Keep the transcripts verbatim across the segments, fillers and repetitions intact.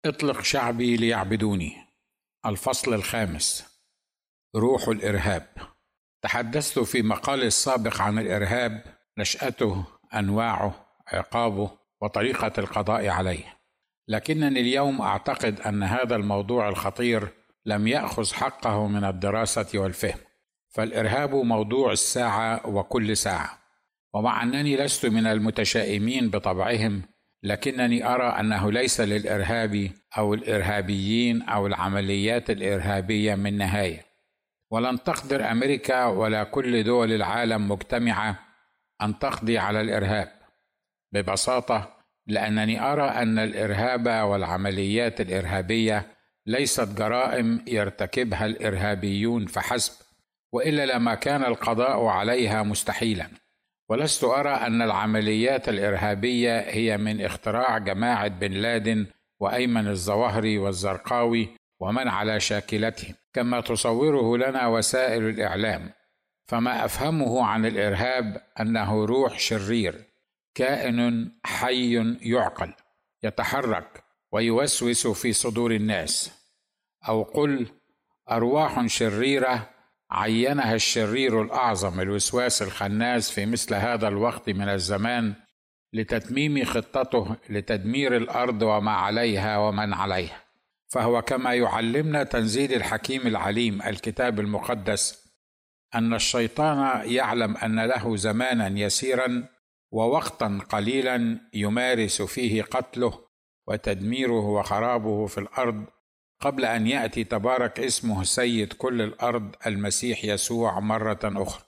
اطلق شعبي ليعبدوني. الفصل الخامس: روح الإرهاب. تحدثت في مقالي السابق عن الإرهاب، نشأته، أنواعه، عقابه، وطريقة القضاء عليه، لكنني اليوم أعتقد أن هذا الموضوع الخطير لم يأخذ حقه من الدراسة والفهم، فالإرهاب موضوع الساعة وكل ساعة. ومع أنني لست من المتشائمين بطبعهم، لكنني أرى أنه ليس للإرهاب أو الإرهابيين أو العمليات الإرهابية من نهاية، ولن تقدر أمريكا ولا كل دول العالم مجتمعة أن تقضي على الإرهاب، ببساطة لأنني أرى أن الإرهاب والعمليات الإرهابية ليست جرائم يرتكبها الإرهابيون فحسب، وإلا لما كان القضاء عليها مستحيلا. ولست أرى أن العمليات الإرهابية هي من اختراع جماعة بن لادن وأيمن الظواهري والزرقاوي ومن على شاكلتهم كما تصوره لنا وسائل الإعلام. فما أفهمه عن الإرهاب أنه روح شرير، كائن حي يعقل، يتحرك ويوسوس في صدور الناس، أو قل أرواح شريرة عينها الشرير الأعظم الوسواس الخناس في مثل هذا الوقت من الزمان لتتميم خطته لتدمير الأرض وما عليها ومن عليها. فهو كما يعلمنا تنزيل الحكيم العليم الكتاب المقدس أن الشيطان يعلم أن له زمانا يسيرا ووقتا قليلا يمارس فيه قتله وتدميره وخرابه في الأرض قبل أن يأتي تبارك اسمه سيد كل الأرض المسيح يسوع مرة أخرى،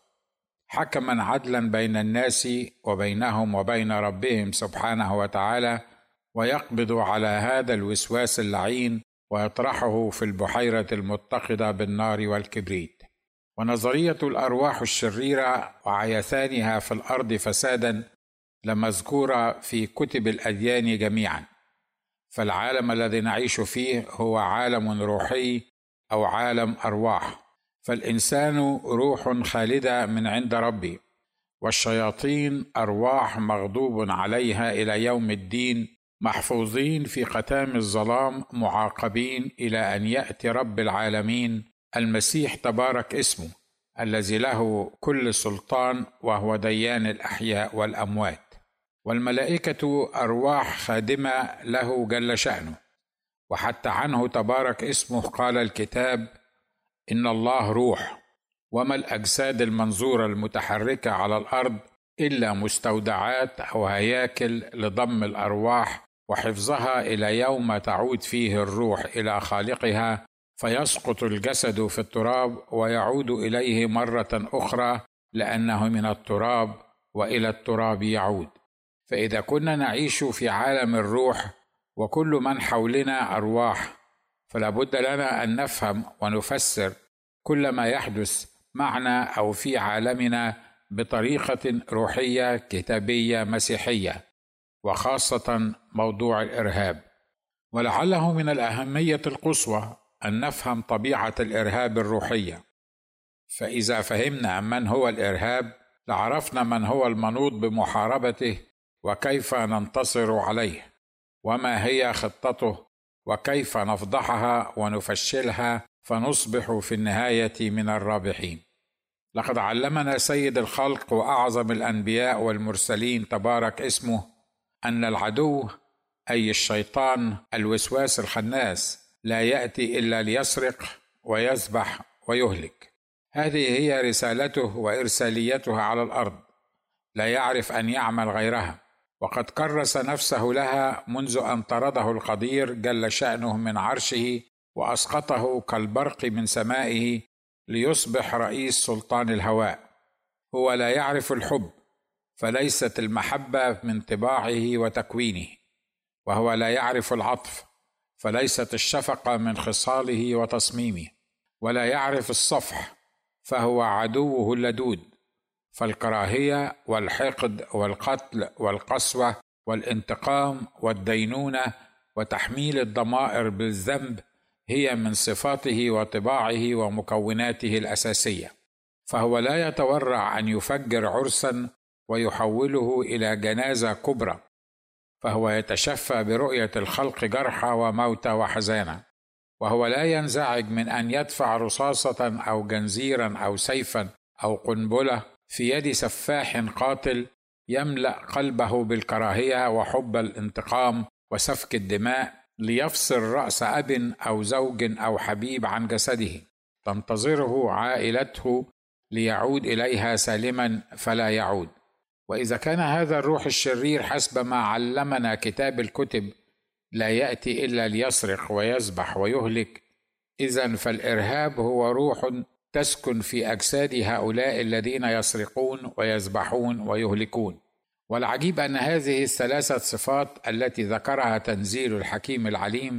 حكما عدلا بين الناس وبينهم وبين ربهم سبحانه وتعالى، ويقبض على هذا الوسواس اللعين ويطرحه في البحيرة المتقدة بالنار والكبريت. ونظرية الأرواح الشريرة وعيثانها في الأرض فسادا لمذكورة في كتب الأديان جميعا، فالعالم الذي نعيش فيه هو عالم روحي أو عالم أرواح، فالإنسان روح خالدة من عند ربي، والشياطين أرواح مغضوب عليها إلى يوم الدين، محفوظين في قتام الظلام معاقبين إلى أن يأتي رب العالمين المسيح تبارك اسمه الذي له كل سلطان وهو ديان الأحياء والأموات. والملائكة أرواح خادمة له جل شأنه، وحتى عنه تبارك اسمه قال الكتاب إن الله روح، وما الأجساد المنظورة المتحركة على الأرض إلا مستودعات أو هياكل لضم الأرواح وحفظها إلى يوم تعود فيه الروح إلى خالقها، فيسقط الجسد في التراب ويعود إليه مرة أخرى لأنه من التراب وإلى التراب يعود. فإذا كنا نعيش في عالم الروح وكل من حولنا أرواح، فلا بد لنا أن نفهم ونفسر كل ما يحدث معنا أو في عالمنا بطريقة روحية كتابية مسيحية، وخاصة موضوع الإرهاب. ولعله من الأهمية القصوى أن نفهم طبيعة الإرهاب الروحية، فإذا فهمنا من هو الإرهاب لعرفنا من هو المنوط بمحاربته وكيف ننتصر عليه، وما هي خطته، وكيف نفضحها ونفشلها فنصبح في النهاية من الرابحين. لقد علمنا سيد الخلق وأعظم الأنبياء والمرسلين تبارك اسمه أن العدو أي الشيطان الوسواس الخناس لا يأتي إلا ليسرق ويذبح ويهلك. هذه هي رسالته وإرساليته على الأرض، لا يعرف أن يعمل غيرها، وقد كرس نفسه لها منذ أن طرده القدير جل شأنه من عرشه وأسقطه كالبرق من سمائه ليصبح رئيس سلطان الهواء. هو لا يعرف الحب، فليست المحبة من طباعه وتكوينه، وهو لا يعرف العطف، فليست الشفقة من خصاله وتصميمه، ولا يعرف الصفح، فهو عدوه اللدود، فالكراهية والحقد والقتل والقسوة والانتقام والدينونة وتحميل الضمائر بالذنب هي من صفاته وطباعه ومكوناته الأساسية. فهو لا يتورع أن يفجر عرسا ويحوله إلى جنازة كبرى، فهو يتشفى برؤية الخلق جرحى وموتى وحزانا، وهو لا ينزعج من أن يدفع رصاصة أو جنزيرا أو سيفا أو قنبلة في يد سفاح قاتل يملأ قلبه بالكراهية وحب الانتقام وسفك الدماء ليفصل رأس أب أو زوج أو حبيب عن جسده تنتظره عائلته ليعود إليها سالما فلا يعود. وإذا كان هذا الروح الشرير حسب ما علمنا كتاب الكتب لا يأتي إلا ليسرق ويذبح ويهلك، إذن فالإرهاب هو روح تسكن في أجساد هؤلاء الذين يسرقون ويذبحون ويهلكون. والعجيب أن هذه الثلاثة صفات التي ذكرها تنزيل الحكيم العليم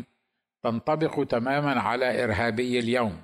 تنطبق تماما على إرهابي اليوم،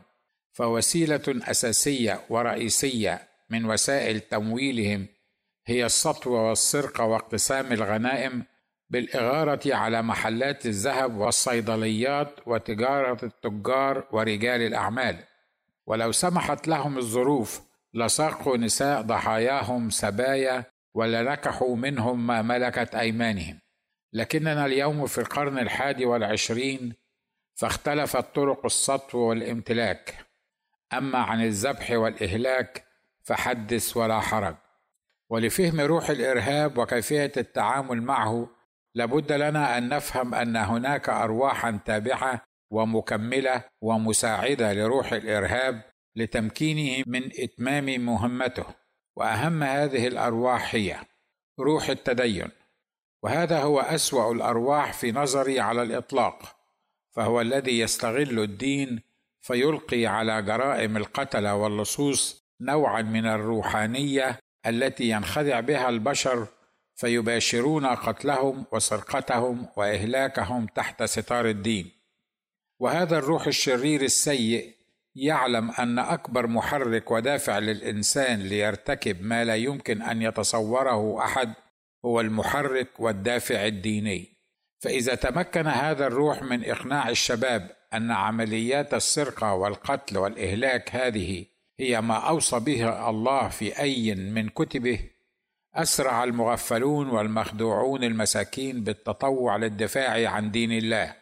فوسيلة أساسية ورئيسية من وسائل تمويلهم هي السطو والسرقة واقتسام الغنائم بالإغارة على محلات الذهب والصيدليات وتجارة التجار ورجال الأعمال. ولو سمحت لهم الظروف لساقوا نساء ضحاياهم سبايا ولنكحوا منهم ما ملكت أيمانهم. لكننا اليوم في القرن الحادي والعشرين فاختلفت طرق السطو والامتلاك، أما عن الذبح والإهلاك فحدث ولا حرج. ولفهم روح الإرهاب وكيفية التعامل معه لابد لنا أن نفهم أن هناك أرواحا تابعة ومكملة ومساعدة لروح الإرهاب لتمكينه من إتمام مهمته، وأهم هذه الأرواح هي روح التدين، وهذا هو أسوأ الأرواح في نظري على الإطلاق، فهو الذي يستغل الدين فيلقي على جرائم القتل واللصوص نوعا من الروحانية التي ينخدع بها البشر فيباشرون قتلهم وسرقتهم وإهلاكهم تحت ستار الدين. وهذا الروح الشرير السيء يعلم أن أكبر محرك ودافع للإنسان ليرتكب ما لا يمكن أن يتصوره أحد هو المحرك والدافع الديني. فإذا تمكن هذا الروح من إقناع الشباب أن عمليات السرقة والقتل والإهلاك هذه هي ما أوصى به الله في أي من كتبه، أسرع المغفلون والمخدوعون المساكين بالتطوع للدفاع عن دين الله.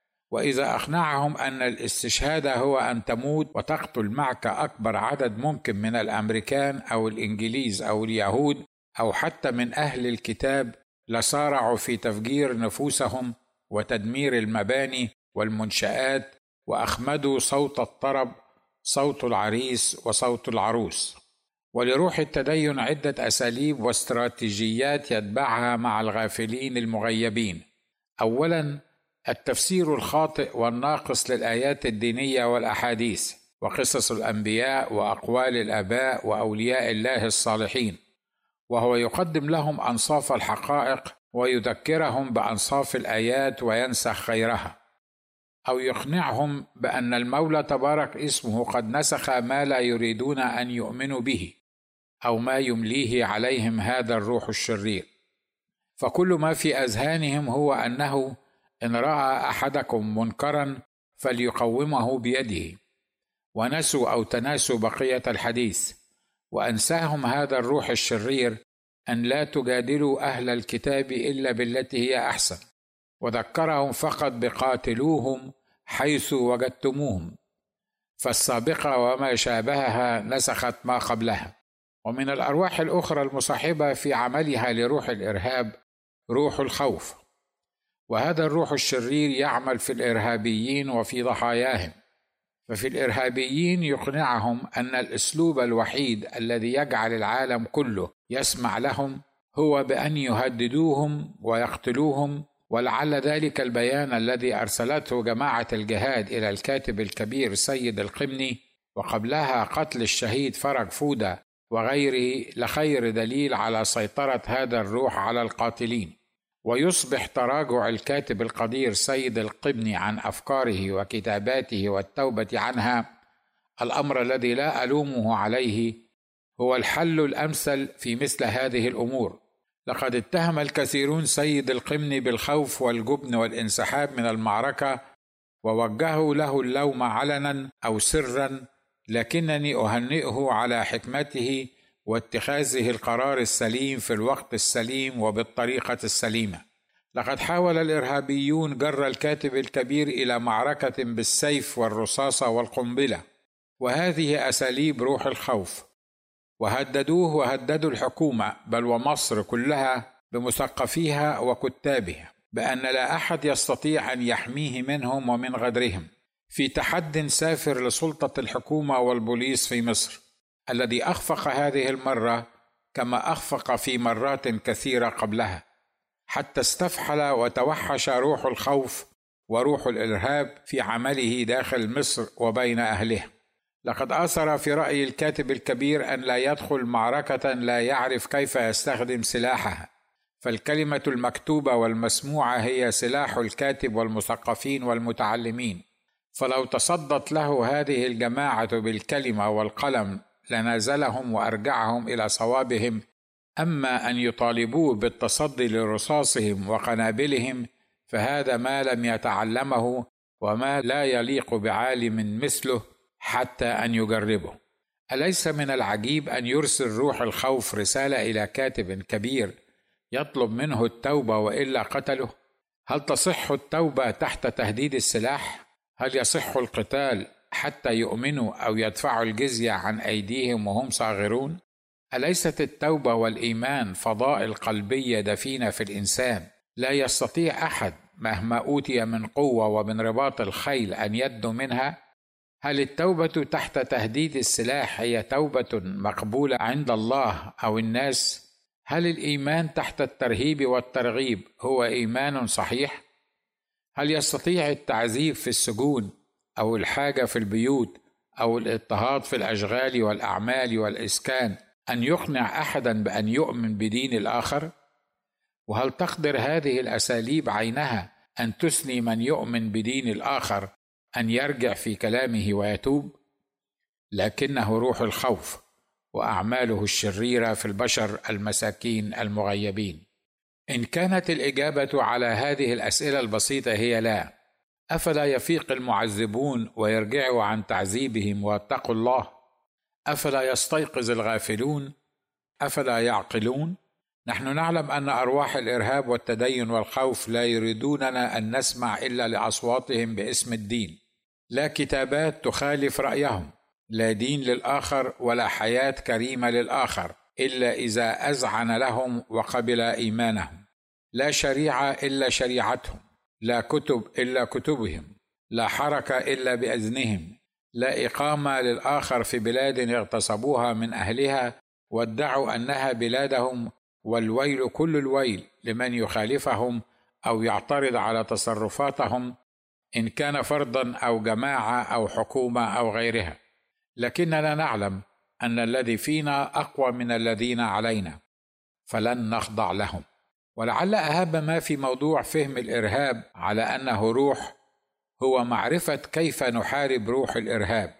وإذا أقنعهم أن الاستشهاد هو أن تموت وتقتل معك أكبر عدد ممكن من الأمريكان أو الإنجليز أو اليهود أو حتى من أهل الكتاب، لسارعوا في تفجير نفوسهم وتدمير المباني والمنشآت، وأخمدوا صوت الطرب، صوت العريس وصوت العروس. ولروح التدين عدة أساليب واستراتيجيات يتبعها مع الغافلين المغيبين. أولاً، التفسير الخاطئ والناقص للآيات الدينية والأحاديث وقصص الأنبياء وأقوال الآباء وأولياء الله الصالحين، وهو يقدم لهم أنصاف الحقائق ويذكرهم بأنصاف الآيات وينسخ غيرها، أو يقنعهم بأن المولى تبارك اسمه قد نسخ ما لا يريدون أن يؤمنوا به أو ما يمليه عليهم هذا الروح الشرير. فكل ما في أذهانهم هو أنه إن رأى أحدكم منكرا فليقومه بيده، ونسوا أو تناسوا بقية الحديث. وأنساهم هذا الروح الشرير أن لا تجادلوا أهل الكتاب إلا بالتي هي أحسن، وذكرهم فقط بقاتلوهم حيث وجدتموهم، فالسابقة وما شابهها نسخت ما قبلها. ومن الأرواح الأخرى المصاحبة في عملها لروح الإرهاب روح الخوف، وهذا الروح الشرير يعمل في الإرهابيين وفي ضحاياهم. ففي الإرهابيين يقنعهم أن الأسلوب الوحيد الذي يجعل العالم كله يسمع لهم هو بأن يهددوهم ويقتلوهم. ولعل ذلك البيان الذي أرسلته جماعة الجهاد إلى الكاتب الكبير سيد القمني وقبلها قتل الشهيد فرج فودة وغيره لخير دليل على سيطرة هذا الروح على القاتلين. ويصبح تراجع الكاتب القدير سيد القمني عن أفكاره وكتاباته والتوبة عنها الأمر الذي لا ألومه عليه، هو الحل الأمثل في مثل هذه الأمور. لقد اتهم الكثيرون سيد القمني بالخوف والجبن والانسحاب من المعركة، ووجهوا له اللوم علنا أو سرا، لكنني أهنئه على حكمته واتخاذه القرار السليم في الوقت السليم وبالطريقة السليمة، لقد حاول الإرهابيون جر الكاتب الكبير إلى معركة بالسيف والرصاصة والقنبلة، وهذه أساليب روح الخوف، وهددوه وهددوا الحكومة بل ومصر كلها بمثقفيها وكتابها بأن لا أحد يستطيع أن يحميه منهم ومن غدرهم، في تحد سافر لسلطة الحكومة والبوليس في مصر الذي أخفق هذه المرة كما أخفق في مرات كثيرة قبلها، حتى استفحل وتوحش روح الخوف وروح الإرهاب في عمله داخل مصر وبين أهلها. لقد أثر في رأي الكاتب الكبير أن لا يدخل معركة لا يعرف كيف يستخدم سلاحها، فالكلمة المكتوبة والمسموعة هي سلاح الكاتب والمثقفين والمتعلمين، فلو تصدت له هذه الجماعة بالكلمة والقلم لنازلهم وأرجعهم إلى صوابهم، أما أن يطالبوه بالتصدي لرصاصهم وقنابلهم فهذا ما لم يتعلمه وما لا يليق بعالم مثله حتى أن يجربه. أليس من العجيب أن يرسل روح الخوف رسالة إلى كاتب كبير يطلب منه التوبة وإلا قتله؟ هل تصح التوبة تحت تهديد السلاح؟ هل يصح القتال حتى يؤمنوا أو يدفعوا الجزية عن أيديهم وهم صاغرون؟ أليست التوبة والإيمان فضائل قلبية دفينة في الإنسان لا يستطيع أحد مهما أوتي من قوة ومن رباط الخيل أن يدنو منها؟ هل التوبة تحت تهديد السلاح هي توبة مقبولة عند الله أو الناس؟ هل الإيمان تحت الترهيب والترغيب هو إيمان صحيح؟ هل يستطيع التعذيب في السجون أو الحاجة في البيوت أو الاضطهاد في الأشغال والأعمال والإسكان أن يقنع أحدا بأن يؤمن بدين الآخر؟ وهل تقدر هذه الأساليب عينها أن تثني من يؤمن بدين الآخر أن يرجع في كلامه ويتوب؟ لكنه روح الخوف وأعماله الشريرة في البشر المساكين المغيبين. إن كانت الإجابة على هذه الأسئلة البسيطة هي لا، أفلا يفيق المعذبون ويرجعوا عن تعذيبهم واتقوا الله؟ أفلا يستيقظ الغافلون؟ أفلا يعقلون؟ نحن نعلم أن أرواح الإرهاب والتدين والخوف لا يريدوننا أن نسمع إلا لأصواتهم باسم الدين، لا كتابات تخالف رأيهم، لا دين للآخر ولا حياة كريمة للآخر إلا إذا أذعن لهم وقبل إيمانهم، لا شريعة إلا شريعتهم، لا كتب إلا كتبهم، لا حركة إلا بإذنهم، لا إقامة للآخر في بلاد اغتصبوها من أهلها وادعوا أنها بلادهم، والويل كل الويل لمن يخالفهم أو يعترض على تصرفاتهم إن كان فردا أو جماعة أو حكومة أو غيرها. لكننا نعلم أن الذي فينا أقوى من الذين علينا، فلن نخضع لهم. ولعل أهم ما في موضوع فهم الإرهاب على أنه روح هو معرفة كيف نحارب روح الإرهاب.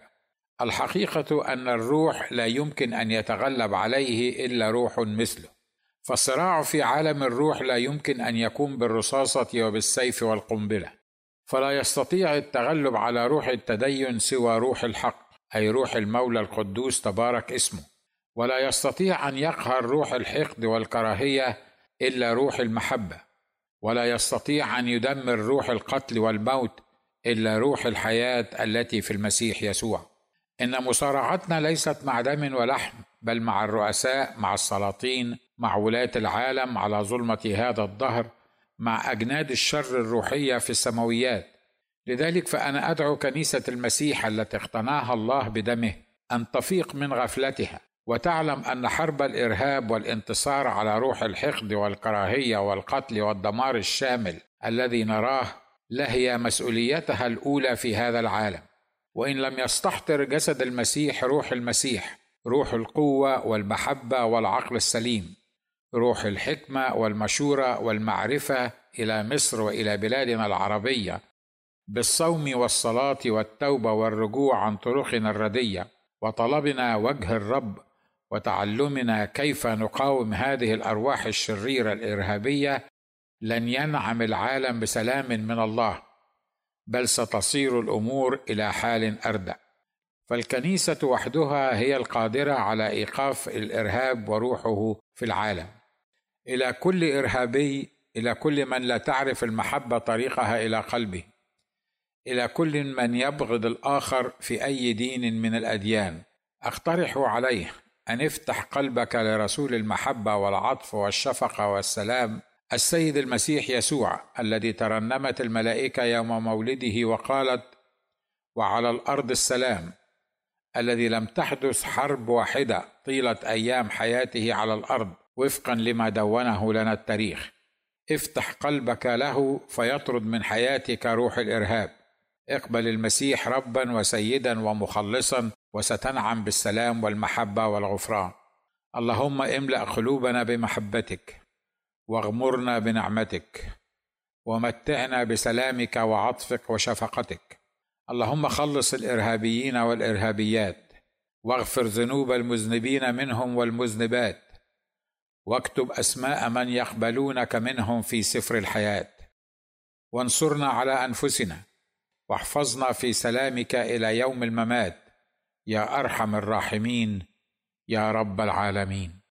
الحقيقة أن الروح لا يمكن أن يتغلب عليه إلا روح مثله، فالصراع في عالم الروح لا يمكن أن يكون بالرصاصة وبالسيف والقنبلة، فلا يستطيع التغلب على روح التدين سوى روح الحق، أي روح المولى القدوس تبارك اسمه، ولا يستطيع أن يقهر روح الحقد والكراهية إلا روح المحبة، ولا يستطيع أن يدمر روح القتل والموت إلا روح الحياة التي في المسيح يسوع. إن مصارعتنا ليست مع دم ولحم، بل مع الرؤساء، مع السلاطين، مع ولاة العالم على ظلمة هذا الدهر، مع أجناد الشر الروحية في السماويات. لذلك فأنا أدعو كنيسة المسيح التي اقتناها الله بدمه أن تفيق من غفلتها وتعلم أن حرب الإرهاب والانتصار على روح الحقد والكراهية والقتل والدمار الشامل الذي نراه لهي مسؤوليتها الأولى في هذا العالم. وإن لم يستحضر جسد المسيح روح المسيح، روح القوة والمحبة والعقل السليم، روح الحكمة والمشورة والمعرفة إلى مصر وإلى بلادنا العربية، بالصوم والصلاة والتوبة والرجوع عن طرقنا الردية، وطلبنا وجه الرب، وتعلمنا كيف نقاوم هذه الأرواح الشريرة الإرهابية، لن ينعم العالم بسلام من الله، بل ستصير الأمور إلى حال أردأ. فالكنيسة وحدها هي القادرة على إيقاف الإرهاب وروحه في العالم. إلى كل إرهابي إلى كل من لا تعرف المحبة طريقها إلى قلبه، إلى كل من يبغض الآخر في أي دين من الأديان، أقترح عليه أن افتح قلبك لرسول المحبة والعطف والشفقة والسلام، السيد المسيح يسوع، الذي ترنمت الملائكة يوم مولده وقالت: وعلى الأرض السلام، الذي لم تحدث حرب واحدة طيلة أيام حياته على الأرض وفقا لما دونه لنا التاريخ. افتح قلبك له فيطرد من حياتك روح الإرهاب. اقبل المسيح ربا وسيدا ومخلصا، وستنعم بالسلام والمحبة والغفران. اللهم املأ قلوبنا بمحبتك، واغمرنا بنعمتك، ومتعنا بسلامك وعطفك وشفقتك. اللهم خلص الإرهابيين والإرهابيات، واغفر ذنوب المذنبين منهم والمذنبات، واكتب أسماء من يقبلونك منهم في سفر الحياة. وانصرنا على أنفسنا، واحفظنا في سلامك إلى يوم الممات، يا أرحم الراحمين، يا رب العالمين.